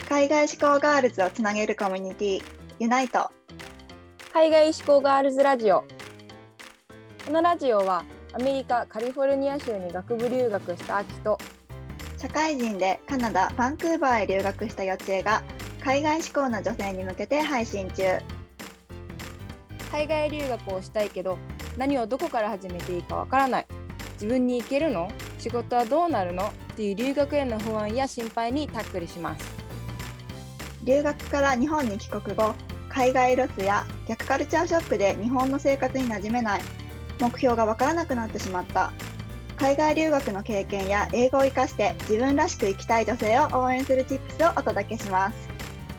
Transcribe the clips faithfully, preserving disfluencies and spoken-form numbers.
海外志向ガールズをつなげるコミュニティユナイト。 海外志向ガールズラジオ。このラジオはアメリカカリフォルニア州に学部留学したアキと社会人でカナダバンクーバーへ留学したヨチエが海外志向の女性に向けて配信中。 海外留学をしたいけど何をどこから始めていいかわからない、自分に行けるの、仕事はどうなるのっていう留学への不安や心配にタックルします。 留学から日本に帰国後、海外ロスや逆カルチャーショックで日本の生活に馴染めない、目標がわからなくなってしまった、海外留学の経験や英語を生かして自分らしく生きたい女性を応援するチップスをお届けします。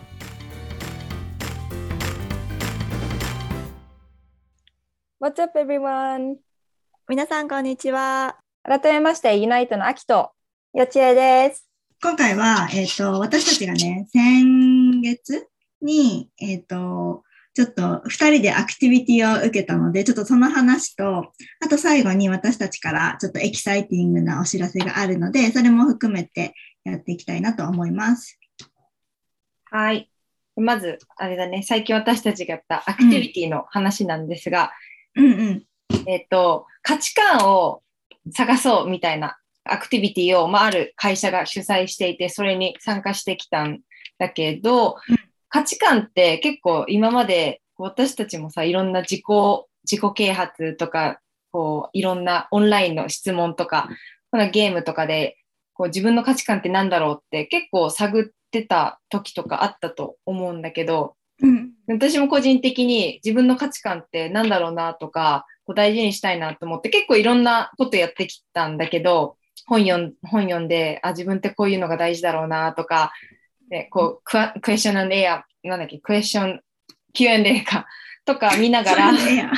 What's up everyone? 皆さんこんにちは。 改めましてユナイトのアキとヨチエです。 今回は、えっと、私たちがね、先月に、えっと、ちょっと二人でアクティビティを受けたので、ちょっとその話と、あと最後に私たちからちょっとエキサイティングなお知らせがあるので、それも含めてやっていきたいなと思います。 はい。まず、あれだね、最近私たちがやったアクティビティの話なんですが、 うんうん。 えっと、価値観を探そうみたいなアクティビティを、まあ、ある会社が主催していて、それに参加してきたんだけど、うん、価値観って結構今まで私たちもさ、いろんな自己、自己啓発とか、こう、いろんなオンラインの質問とか、このゲームとかで、こう自分の価値観って何だろうって結構探ってた時とかあったと思うんだけど、うん、私も個人的に自分の価値観って何だろうなとか、こう大事にしたいなと思って結構いろんなことやってきたんだけど、本読ん、本読んで、あ、自分ってこういうのが大事だろうなとか、でこうクワ、クエスチョンアンドエア、なんだっけ、クエスチョン、キューアンドエー か、とか見ながら、キュー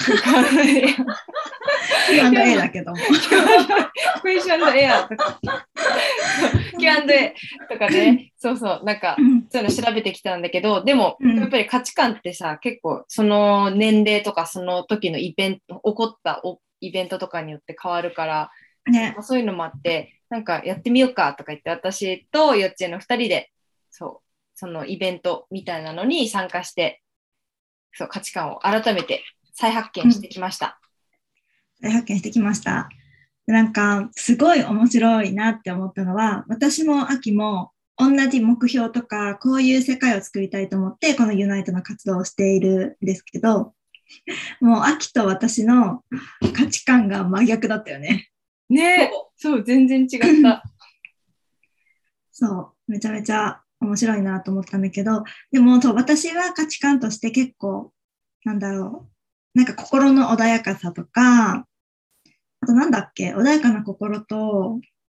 アンドエー だけども。 クエスチョンアンドエアとか、キューアンドエー とかね、そうそう、なんか、そういうの調べてきたんだけど、でも、やっぱり価値観ってさ、結構、その年齢とか、その時のイベント、起こったイベントとかによって変わるから、ね、そういうのもあって、なんかやってみようかとか言って、私とよっちえのふたりで、そう、そのイベントみたいなのに参加して、そう、価値観を改めて再発見してきました。 うん、再発見してきました。なんか、すごい面白いなって思ったのは、私も秋も同じ目標とか、こういう世界を作りたいと思って、このユナイトの活動をしているんですけど、もう秋と私の価値観が真逆だったよね。 ねえ、そう、全然違った。 そう、めちゃめちゃ面白いなと思ったんだけど、でもそう私は価値観として結構、なんだろう、なんか心の穏やかさとか、あとなんだっけ、穏やかな心と、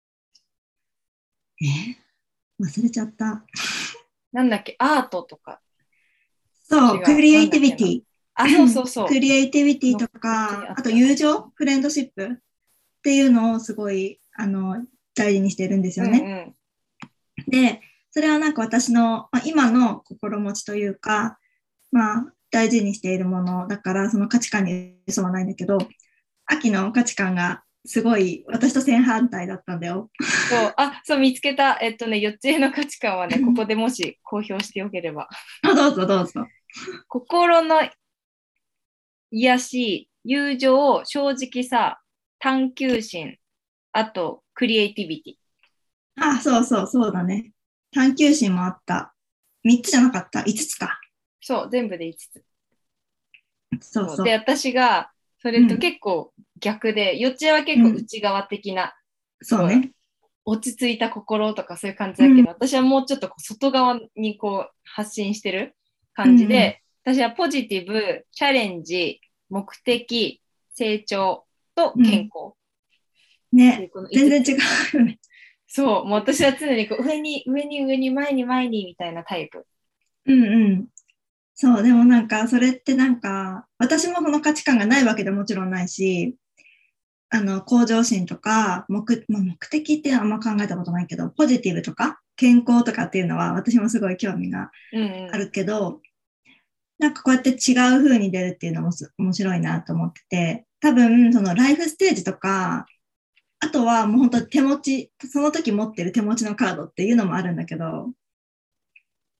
え忘れちゃった。 なんだっけ、アートとか。 そう、クリエイティビティ。 あ、そうそうそう。 クリエイティビティとか、あと友情、フレンドシップっていうのをすごい、あの、大事にしてるんですよね。うんうん、で、それはなんか私の、まあ、今の心持ちというか、まあ、大事にしているものだから、その価値観に嘘はないんだけど、秋の価値観がすごい私と正反対だったんだよ。 そう、あ、そう見つけた。えっとね、よっちえの価値観はね、ここでもし公表してよければ。 あ、どうぞどうぞ。 心の癒し、友情、正直さ、探求心、あとクリエイティビティ。 あ、そうそうそうだね。探求心もあった。みっつじゃなかった。いつつか。 そう、全部でいつつ。 そうそう。 で、私がそれと結構逆で、うん、よっちえは結構内側的な、 うん、そうね。 落ち着いた心とかそういう感じだけど、うん、私はもうちょっとこう外側にこう発信してる感じで、うん、私はポジティブ、チャレンジ、目的、成長と健康。 うん、ね、全然違うよね。 そう、もう私は常にこう上に上に上に前に前にみたいなタイプ。 うんうん。そう、でもなんかそれってなんか、私もその価値観がないわけでもちろんないし、あの、向上心とか、目、まあ、目的っていうのはあんま考えたことないけど、ポジティブとか、健康とかっていうのは私もすごい興味があるけど、うんうん、なんかこうやって違う風に出るっていうのも面白いなと思ってて、多分そのライフステージとか、あとはもう本当手持ち、その時持ってる手持ちのカードっていうのもあるんだけど、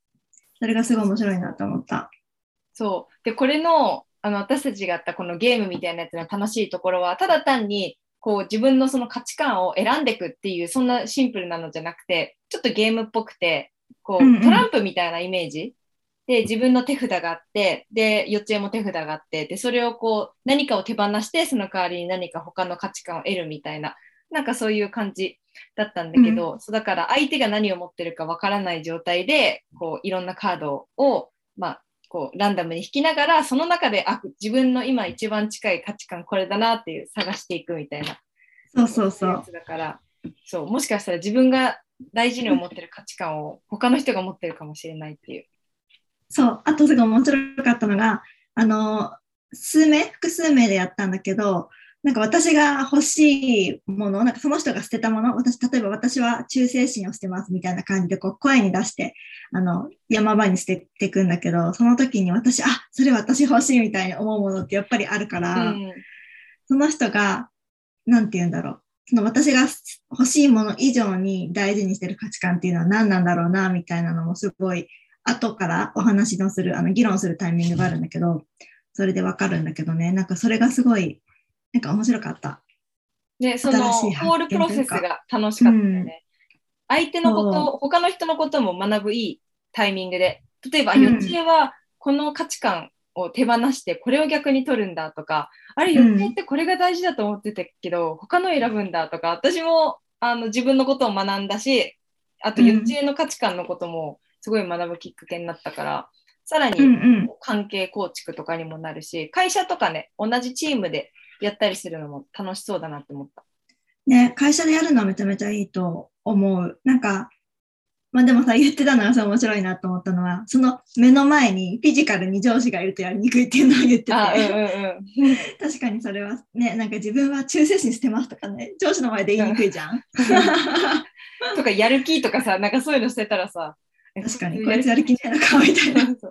それがすごい面白いなと思った。 そう。で、これの、あの、私たちがやったこのゲームみたいなやつの楽しいところは、ただ単に、こう、自分のその価値観を選んでいくっていう、そんなシンプルなのじゃなくて、ちょっとゲームっぽくて、こう、 うんうん、 トランプみたいなイメージで、自分の手札があって、で、四つ絵も手札があって、で、それをこう、何かを手放して、その代わりに何か他の価値観を得るみたいな、なんかそういう感じだったんだけど、 うん、 そうだから相手が何を持ってるかわからない状態で、こう、いろんなカードを、まあ、こうランダムに引きながら、その中であ自分の今一番近い価値観これだなっていう探していくみたいな、 そうそうそう。 やつだから、そうもしかしたら自分が大事に思ってる価値観を他の人が持ってるかもしれないっていう。 そう、あとすごい面白かったのが、あの、数名、複数名でやったんだけど、なんか私が欲しいもの、なんかその人が捨てたもの、私、例えば私は忠誠心を捨てますみたいな感じで、こう声に出して、あの、山場に捨てていくんだけど、その時に私、あ、それ私欲しいみたいに思うものってやっぱりあるかうら、 ん、 その人が、なんて言うんだろう。その私が欲しいもの以上に大事にしてる価値観っていうのは何なんだろうな、みたいなのもすごい、後からお話のする、あの、議論するタイミングがあるんだけど、それでわかるんだけどね、なんかそれがすごい、なんか面白かった。 で、そ新しのい発ホールプロ見というか。 セスが楽しうかったよん。 ね。相手のこそと、他の人のことも学ぶいいタイミングで、例えば、 う。う四つん。 絵はこの価値観を手放して、これを逆に取るんだとか、あれ、四つ絵っうん。 てこれが大事だと思ってたけど、他の選ぶんだとか、私もあの自分のことを学んだし、あと四つうん。 絵の価値観のこともすごい学ぶきっかけになったから、さらうん。 にうん。 関係構築とかにもなるし、会社とかね、同じチームでやったりするのも楽しそうだなって思った。 ね、会社でやるのはめちゃめちゃいいと思う。なんか、まあでもさ、言ってたのがさ、面白いなと思ったのは、その目の前にフィジカルに上司がいるとやりにくいっていうのを言ってあ、うんて、 うんうん。 確かにそれはね、なんか自分は忠誠心してますとかね、上司の前で言いにくいじゃん。 とか、やる気とかさ、なんかそういうの捨てたらさ、え、こい確かに、 つやる気こいつやる気ないのかみたいな。 そうそう。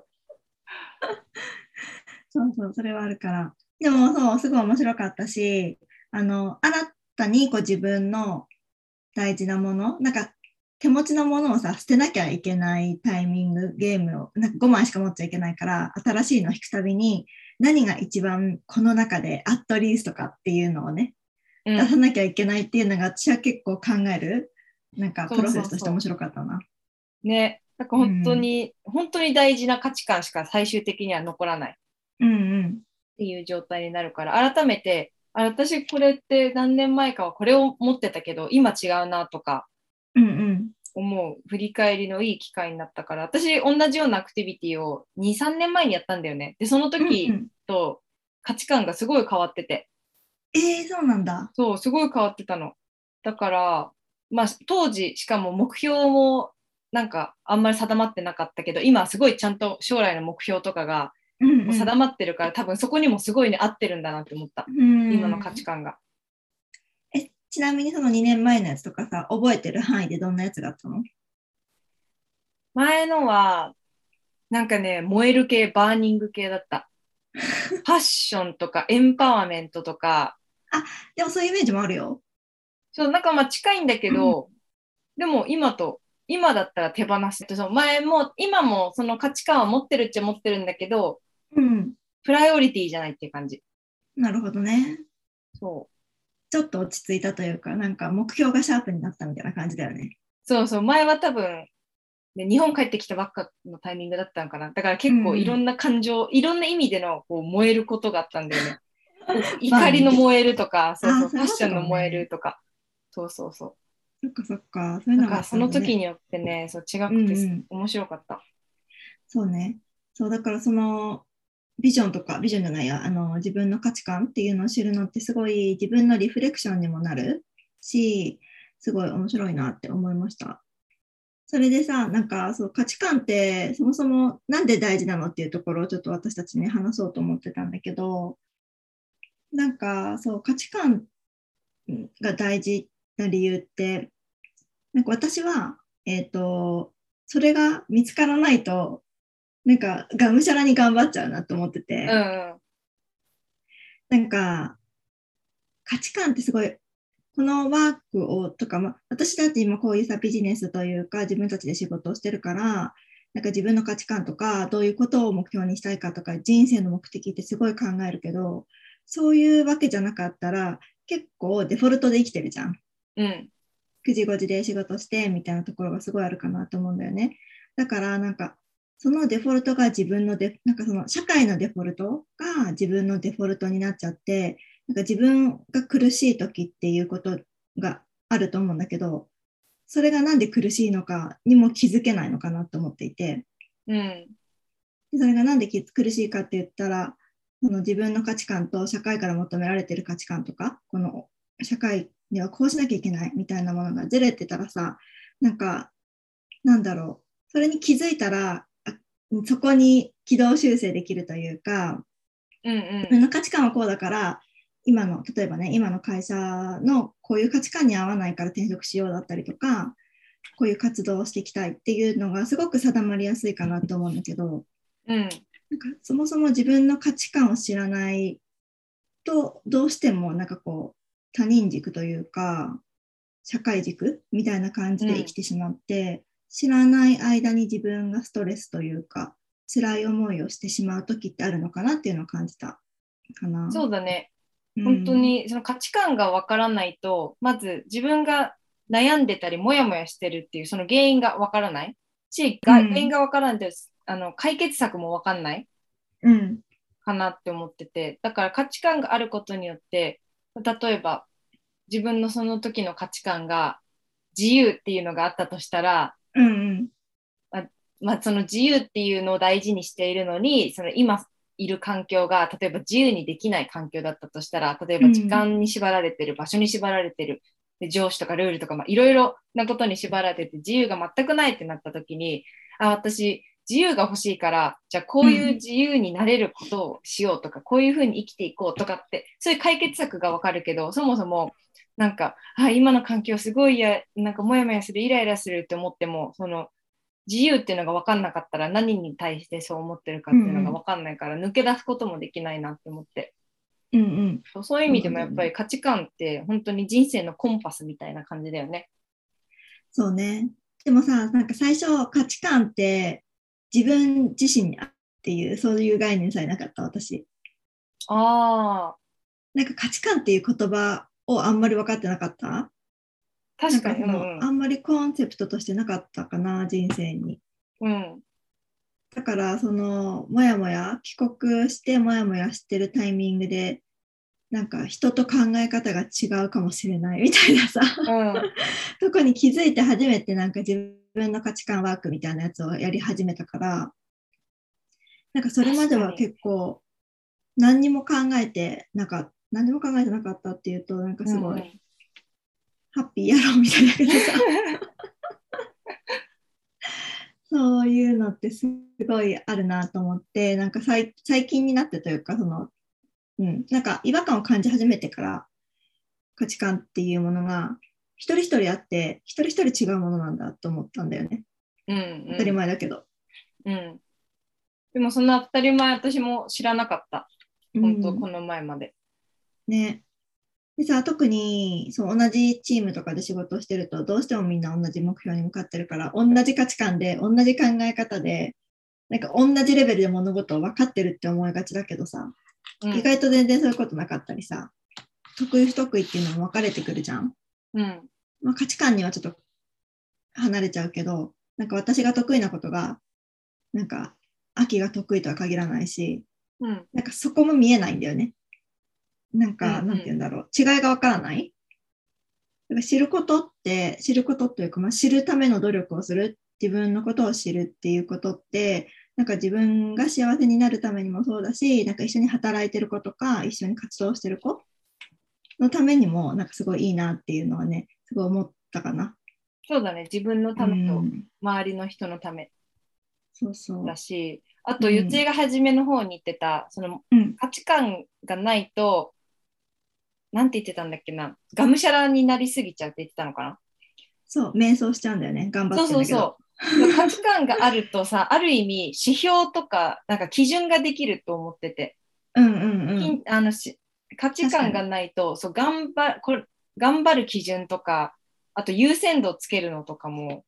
そうそう、それはあるから。でも、そう、すごい面白かったし、あの、新たにこう自分の大事なもの、なんか手持ちのものをさ、捨てなきゃいけないタイミング、ゲームを、なんかごまいしか持っちゃいけないから、新しいのを引くたびに、何が一番この中でアットリースとかっていうのをね、 うん、 出さなきゃいけないっていうのが、私は結構考える、なんかそうプロセそうそスとして面白かったな。 う。ね、なんか本当うん。 に、本当に大事な価値観しか最終的には残らないっうんうん。 ていう状態になるから、改めて、あ、私これって何年前かはこれを持ってたけど、今違うなとかうんうん。 思う振り返りのいい機会になったから、私同じようなアクティビティをに、さんねんまえにやったんだよね。で、その時うんうん。 と価値観がすごい変わってて、 えー、そうなんだ。 そう、すごい変わってたの。だから、まあ、当時、しかも目標もなんかあんまり定まってなかったけど、今すごいちゃんと将来の目標とかがうんうん。 もう定まってるから、多分そこにもすごいね、合ってるんだなって思った。 う今の価値ん。 観が。 え、ちなみにそのにねんまえのやつとかさ、覚えてる範囲でどんなやつがあったの？ 前のは、なんかね、燃える系、バーニング系だった。ファッションとかエンパワーメントとか、 あ、でもそういうイメージもあるよ。 そう、なんかまあ近いんだけうん。 ど、でも今と、今だったら手放すって、その前も、今もその価値観は持ってるっちゃ持ってるんだけど、 うん。 プライオリティじゃないっていう感じ。 なるほどね。 そう。 ちょっと落ち着いたというか、なんか目標がシャープになったみたいな感じだよね。 そうそう、前は多分、ね、日本帰ってきたばっかのタイミングだったのかな。だからう結構いろんんな感情、いろんな意味でのこう燃えることがあったんだよね。こうまあ怒りのね。 燃えるとか、そうああ、 そう、ファッそういうことションの燃えかもね。 るとか、そうそうそう。 そっかそっか。そういうのがあだからそったんだね。 の時によってね、そう違うんくてうん。 面白かった。 そうね。そう、だからその、ビジョンとか、ビジョンじゃないや、あの、自分の価値観っていうのを知るのってすごい自分のリフレクションにもなるし、すごい面白いなって思いました。それでさ、なんかそう価値観ってそもそもなんで大事なのっていうところをちょっと私たちね話そうと思ってたんだけど、なんかそう価値観が大事な理由って、なんか私は、えっと、それが見つからないと、なんかがむしゃらに頑張っちゃうなと思ってうて、 んなんか価値観ってすごい、このワークをとか、まあ、私たち今こういうさビジネスというか自分たちで仕事をしてるから、 なんか自分の価値観とか、どういうことを目標にしたいかとか、人生の目的ってすごい考えるけど、そういうわけじゃなかったら、結構デフォルトで生きてるじゃん。 うん。 くじごじで仕事してみたいなところがすごいあるかなと思うんだよね。だからなんか、そのデフォルトが自分のデ、なんかその社会のデフォルトが自分のデフォルトになっちゃって、なんか自分が苦しい時っていうことがあると思うんだけど、それがなんで苦しいのかにも気づけないのかなと思っていて、 うん。 それがなんで苦しいかって言ったら、その自分の価値観と社会から求められている価値観とか、この社会ではこうしなきゃいけないみたいなものがずれてたらさ、なんか、なんだろう、それに気づいたら、そこに軌道修正できるというか、 うんうん、 自分の価値観はこうだから、今の、例えばね、今の会社のこういう価値観に合わないから転職しようだったりとか、こういう活動をしていきたいっていうのがすごく定まりやすいかなと思うんだけど、 うん、 なんかそもそも自分の価値観を知らないと、どうしてもなんかこう、他人軸というか、社会軸みたいな感じで生きてしまって、うん、知らない間に自分がストレスというか、辛い思いをしてしまう時ってあるのかなっていうのを感じたかな。 そうだね。本当にその価値観がわからないと、まず自分が悩んでたりモヤモヤしてるっていうその原因がわからないし、うん、原因がわからんです。あの解決策もわかんないかなって思ってて、だから価値観があることによって、例えば自分のその時の価値観が自由っていうのがあったとしたら、 うんうんままあ、その自由っていうのを大事にしているのに、その今いる環境が例えば自由にできない環境だったとしたら、例えば時間に縛られてる、うん、場所に縛られてる、で上司とかルールとかいろいろなことに縛られてて自由が全くないってなった時に、あ、私自由が欲しいから、じゃあこういう自由になれることをしようとか、うん、こういうふうに生きていこうとかって、そういう解決策がわかるけど、そもそもなんか、あ、今の環境すごいや、なんかモヤモヤする、イライラするって思っても、その自由っていうのが分かんなかったら何に対してそう思ってるかっていうのが分かんないから、うんうん、抜け出すこともできないなって思って、 うんうん、 そう、そういう意味でもやっぱり価値観って本当に人生のコンパスみたいな感じだよね。 そうね。でもさ、なんか最初価値観って自分自身にあっていうそういう概念さえなかった私。 ああ。 なんか価値観っていう言葉をあんまり分かってなかった？ 確かに、 なんかその、 うんうん、 あんまりコンセプトとしてなかったかな、人生に。 うん。 だから、その、もやもや、帰国してもやもやしてるタイミングで、なんか人と考え方が違うかもしれないみたいなさ、 うん、 とこに気づいて初めてなんか自分の価値観ワークみたいなやつをやり始めたから、なんかそれまでは結構何にも考えてなかった、何にも考えてなかったっていうと、なんかすごい、うんうん、ハッピーやろうみたいだけどさそういうのってすごいあるなと思って、なんか最近になってというか、その、うん、なんか違和感を感じ始めてから価値観っていうものが一人一人あって、一人一人違うものなんだと思ったんだよね。 うんうん、 当たり前だけど。 うん。でもそんな当たり前私も知らなかった。本当、この前まで。 ね。でさ、特にそう同じチームとかで仕事をしてると、どうしてもみんな同じ目標に向かってるから、同じ価値観で、同じ考え方で、なんか同じレベルで物事を分かってるって思いがちだけどさ、うん、意外と全然そういうことなかったりさ、得意不得意っていうのも分かれてくるじゃん。 うんまあ、価値観にはちょっと離れちゃうけど、なんか私が得意なことが、なんか秋が得意とは限らないし、 うん、 なんかそこも見えないんだよね。なんか、うんうん、なんて言うんだろう。違いがわからない。だから知ることって、知ることっていうか、まあ、知るための努力をする。自分のことを知るっていうことって、なんか自分が幸せになるためにもそうだし、なんか一緒に働いてる子とか、一緒に活動してる子のためにも、なんかすごいいいなっていうのはね、すごい思ったかな。 そうだね。自分のためと周りの人のためだし、 そうそう。 あと、ゆついが初めの方に言ってた、その価値観がないと、なんて言ってたんだっけな、がむしゃらになりすぎちゃうって言ってたのかな。 そう、迷走しちゃうんだよね。頑張ってんだけど。 そうそうそう。価値観があるとさ、ある意味、指標とか、なんか基準ができると思ってて。 うんうんうん。 あのし価値観がないと、そう頑張これ頑張る基準とか、あと優先度をつけるのとかも、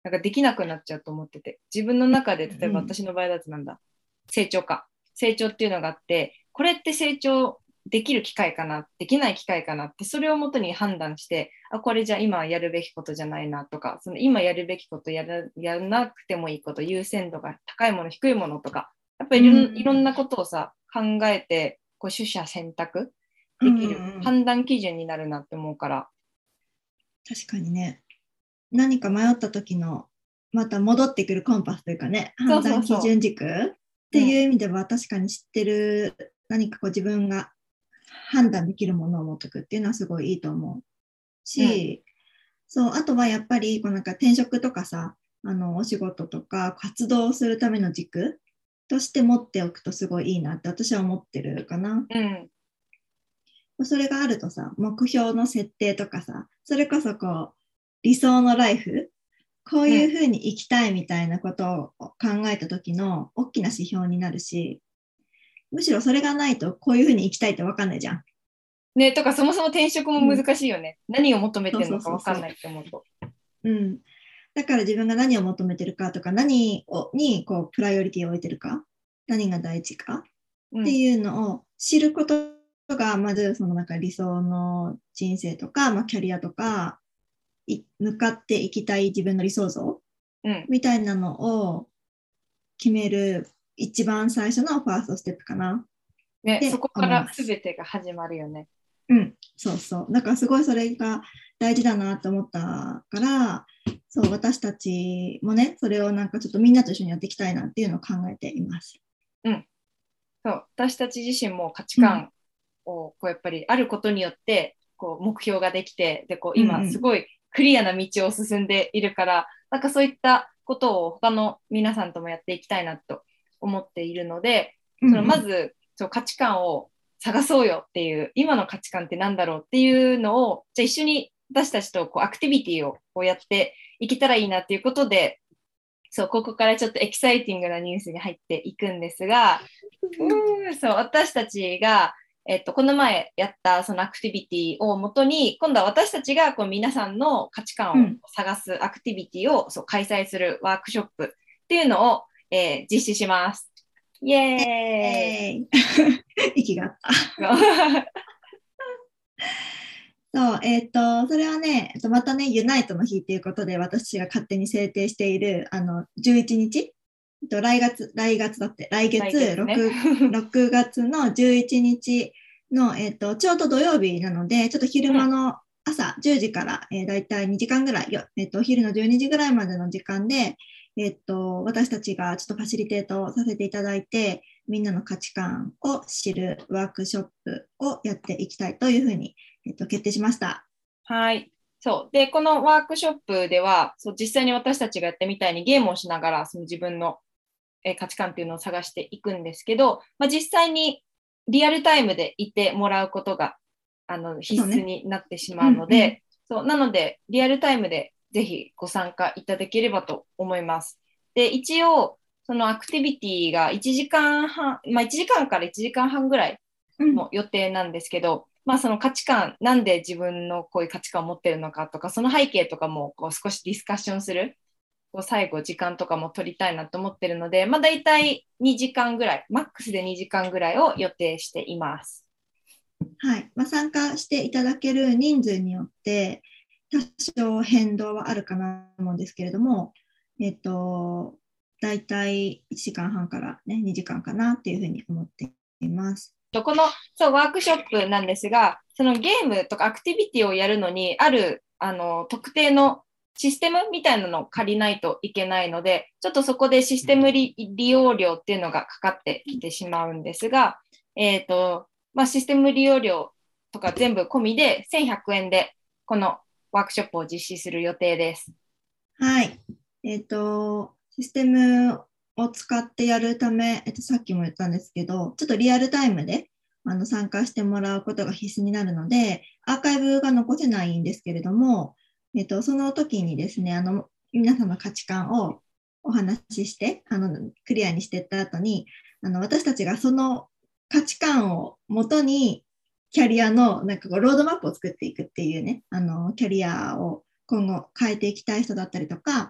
なんかできなくなっちゃうと思ってて、自分の中で、例えばうん私の場合だとなんだ、成長か。成長っていうのがあって、これって成長できる機会かな、できない機会かなって、それをもとに判断して、あ、これじゃ今やるべきことじゃないなとか、その今やるべきことやら、やらなくてもいいこと、優先度が高いもの、低いものとか、やっぱりいろん、 うんいろんなことをさ、考えて、こう取捨選択うんうんできるうん判断基準になるなって思うから。 確かにね。何か迷った時の、また戻ってくるコンパスというかね、判そうそうそう。 断基準軸っていう意味では、確かに知ってる、何かこう自分が判断できるものを持っておくっていうのはすごいいいと思うし、そう、あとはやっぱり、こうなんか転職とかさ、あの、お仕事とか活動をするための軸として持っておくとすごいいいなって私は思ってるかな。 うん。 それがあるとさ、目標の設定とかさ、それこそこう、理想のライフ、こういうふうに生きたいみたいなことを考えた時の大きな指標になるし、むしろそれがないとこういうふうに生きたいって分かんないじゃん。 ね、とかそもそも転職も難しいよね。うん、何を求めてるのか分かんないって思うと。 うん。だから自分が何を求めてるかとか、何をにこうプライオリティを置いてるか、何が大事かっていうのを知ることが、まずそのなんか理想の人生とか、まあ、キャリアとか、向かっていきたい自分の理想像、 うん、 みたいなのを決める一番最初のファーストステップかな。 ね、そこから全てが始まるよね。 うん、そうそう。だからすごいそれが大事だなと思ったから、そう、私たちもね、それをなんかちょっとみんなと一緒にやっていきたいなっていうのを考えています。 うん。そう、私たち自身も価値観をこうやっぱりあることによって、こう目標ができて、で、こう今すごいクリアな道を進んでいるから、うんうん、なんかそういったことを他の皆さんともやっていきたいなと思っているので、そのまずそう価値観を探そうよっていう、今の価値観って何だろうっていうのを、じゃあ一緒に私たちとこうアクティビティをこうやっていけたらいいなっていうことで、そう、ここからちょっとエキサイティングなニュースに入っていくんですが、うーそう、私たちが、えっと、この前やったそのアクティビティをもとに、今度は私たちがこう皆さんの価値観を探すアクティビティを、そう開催するワークショップっていうのを、えー、実施します。イエーイ息があった。そう、えっ、ー、と、それはね、またね、ユナイトの日っていうことで、私が勝手に制定している、あの、じゅういちにち、来月、来月だって、来月、来月ね、6, ろくがつのじゅういちにちの、えっ、ー、と、ちょうど土曜日なので、ちょっと昼間の朝じゅうじから、えー、だいたいにじかんぐらい、えっ、ー、と、昼のじゅうにじぐらいまでの時間で、えっ、ー、と、私たちがちょっとファシリテートをさせていただいて、みんなの価値観を知るワークショップをやっていきたいというふうに、えっと、決定しました。 はい。そう。で、このワークショップでは、そう実際に私たちがやってみたいにゲームをしながら、その自分の、えー、価値観っていうのを探していくんですけど、まあ、実際にリアルタイムでいてもらうことがあの必須になってしまうので、そうね。うんうん、そうなので、リアルタイムでぜひご参加いただければと思います。で、一応、そのアクティビティがいちじかんはん、まあいちじかんからいちじかんはんぐらいの予定なんですけど、うんまあその価値観、なんで自分のこういう価値観を持ってるのかとか、その背景とかもこう少しディスカッションする、こう最後時間とかも取りたいなと思ってるので、まあ大体にじかんぐらい、マックスでにじかんぐらいを予定しています。 はい。まあ、参加していただける人数によって、多少変動はあるかなと思うんですけれども、えっと、大体いちじかんはんからね、にじかんかなっていうふうに思っています。 このそうワークショップなんですが、そのゲームとかアクティビティをやるのに、あるあの特定のシステムみたいなのを借りないといけないので、ちょっとそこでシステム 利, 利用料っていうのがかかってきてしまうんですが、えっと、まあ、システム利用料とか全部込みでせんひゃくえんで、このワークショップを実施する予定です。 はい。えっと、システムを使ってやるため、えっと、さっきも言ったんですけど、ちょっとリアルタイムであの参加してもらうことが必須になるので、アーカイブが残せないんですけれども、えっと、その時にですね、あの皆さんの価値観をお話しして、あのクリアにしていった後に、あの私たちがその価値観をもとにキャリアのなんかこうロードマップを作っていくっていうね、あのキャリアを今後変えていきたい人だったりとか、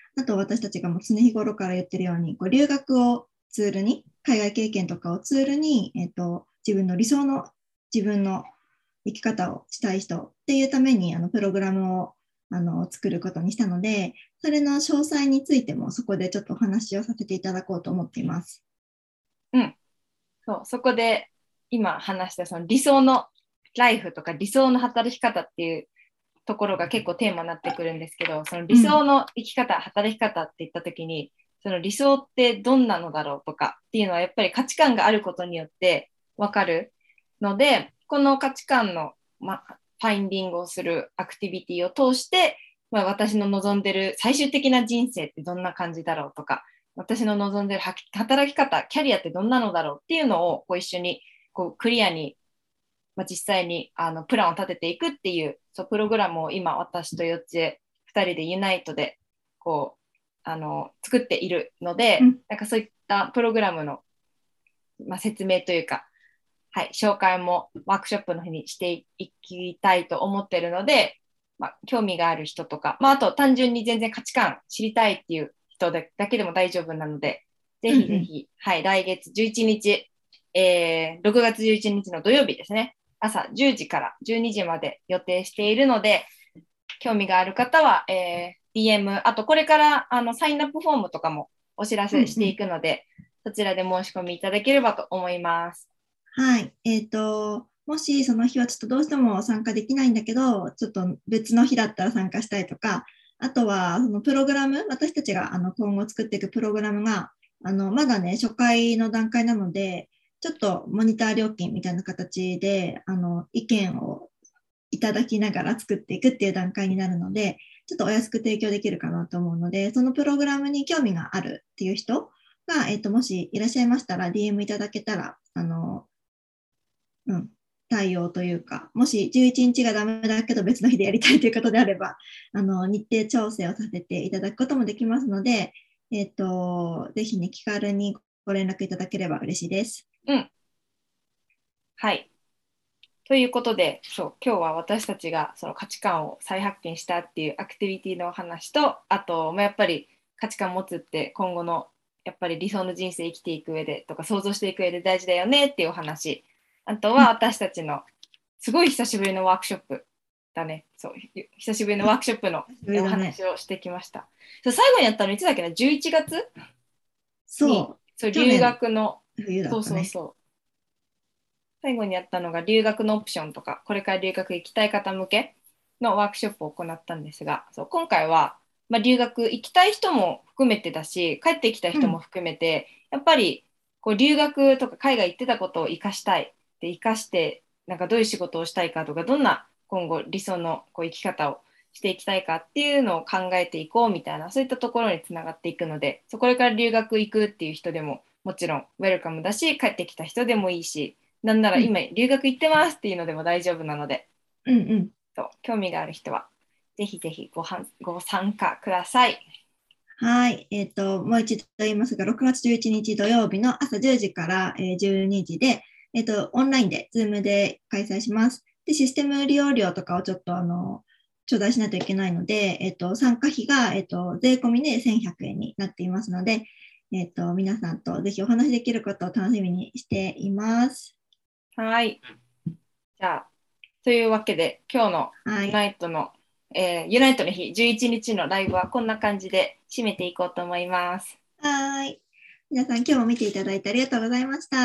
あと私たちがもう常日頃から言ってるように、こう留学をツールに、海外経験とかをツールに、えっと、自分の理想の自分の生き方をしたい人っていうために、あの、プログラムをあの作ることにしたので、それの詳細についてもそこでちょっとお話をさせていただこうと思っています。 うん。そう、そこで今話したその理想のライフとか理想の働き方っていうところが結構テーマになってくるんですけど、その理想の生き方、うん、働き方って言った時に、その理想ってどんなのだろうとかっていうのはやっぱり価値観があることによって分かるので、この価値観の、ま、ファインディングをするアクティビティを通して、まあ、私の望んでる最終的な人生ってどんな感じだろうとか、私の望んでる働き方、キャリアってどんなのだろうっていうのをこう一緒にこうクリアに、まあ、実際にあのプランを立てていくっていうそうプログラムを今私とよっちふたりでユナイトでこうあの作っているので、うん、なんかそういったプログラムの、まあ、説明というか、はい、紹介もワークショップの日にしていきたいと思っているので、まあ、興味がある人とか、まあ、あと単純に全然価値観知りたいっていう人だけでも大丈夫なので、ぜひぜひ、うんうん、はい、来月じゅういちにち、えー、ろくがつじゅういちにちの土曜日ですね、朝じゅうじからじゅうにじまで予定しているので、興味がある方は、えー、ディーエム、あとこれからあのサインアップフォームとかもお知らせしていくので、うんうん、そちらで申し込みいただければと思います。 はい。えっと、もしその日はちょっとどうしても参加できないんだけど、ちょっと別の日だったら参加したいとか、あとはそのプログラム、私たちがあの今後作っていくプログラムが、あのまだね、初回の段階なので、ちょっとモニター料金みたいな形で、あの意見をいただきながら作っていくっていう段階になるので、ちょっとお安く提供できるかなと思うので、そのプログラムに興味があるっていう人が、えっと、もしいらっしゃいましたら、ディーエム いただけたら、あの、うん、対応というか、もしじゅういちにちがダメだけど別の日でやりたいということであれば、あの日程調整をさせていただくこともできますので、えっと、ぜひね、気軽にご連絡いただければ嬉しいです。 うん。はい。ということで、そう今日は私たちがその価値観を再発見したっていうアクティビティの話と、あと、まあ、やっぱり価値観を持つって今後のやっぱり理想の人生生きていく上でとか想像していく上で大事だよねっていうお話、あとは私たちのすごい久しぶりのワークショップだね。そう久しぶりのワークショップのお話をしてきました。そう最後にやったのいつだっけな、じゅういちがつにそうそう留学の冬だったね。 そうそうそう最後にやったのが留学のオプションとかこれから留学行きたい方向けのワークショップを行ったんですが、そう今回は、まあ、留学行きたい人も含めてだし帰ってきた人も含めて、うん、やっぱりこう留学とか海外行ってたことを生かしたいで生かしてなんかどういう仕事をしたいかとかどんな今後理想のこう生き方をしていきたいかっていうのを考えていこうみたいなそういったところにつながっていくので、そこから留学行くっていう人でももちろんウェルカムだし帰ってきた人でもいいし、なんなら今留学行ってますっていうのでも大丈夫なので、 うんうん、 そう興味がある人はぜひぜひ ご, ご参加ください。 はい、えーと、もう一度言いますが、ろくがつじゅういちにち土曜日の朝じゅうじから、えー、じゅうにじで、えーと、オンラインで、Zoom で開催します。で、システム利用料とかをちょっと、あの、頂戴しないといけないので、えーと、参加費が、えーと、税込みでせんひゃくえんになっていますので、えーと、皆さんとぜひお話しできることを楽しみにしています。 はい。じゃあ、というわけで、今日のユナイトの、はいえー、ユナイトの日じゅういちにちのライブはこんな感じで締めていこうと思います。 はい。皆さん今日も見ていただいてありがとうございました。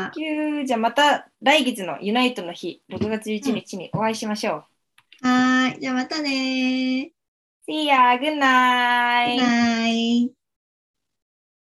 じゃあまた来月のユナイトの日ろくがつじゅういちにちにお会いしましょう。 うん、はい。じゃあまたね。 See ya. Good night. Good night.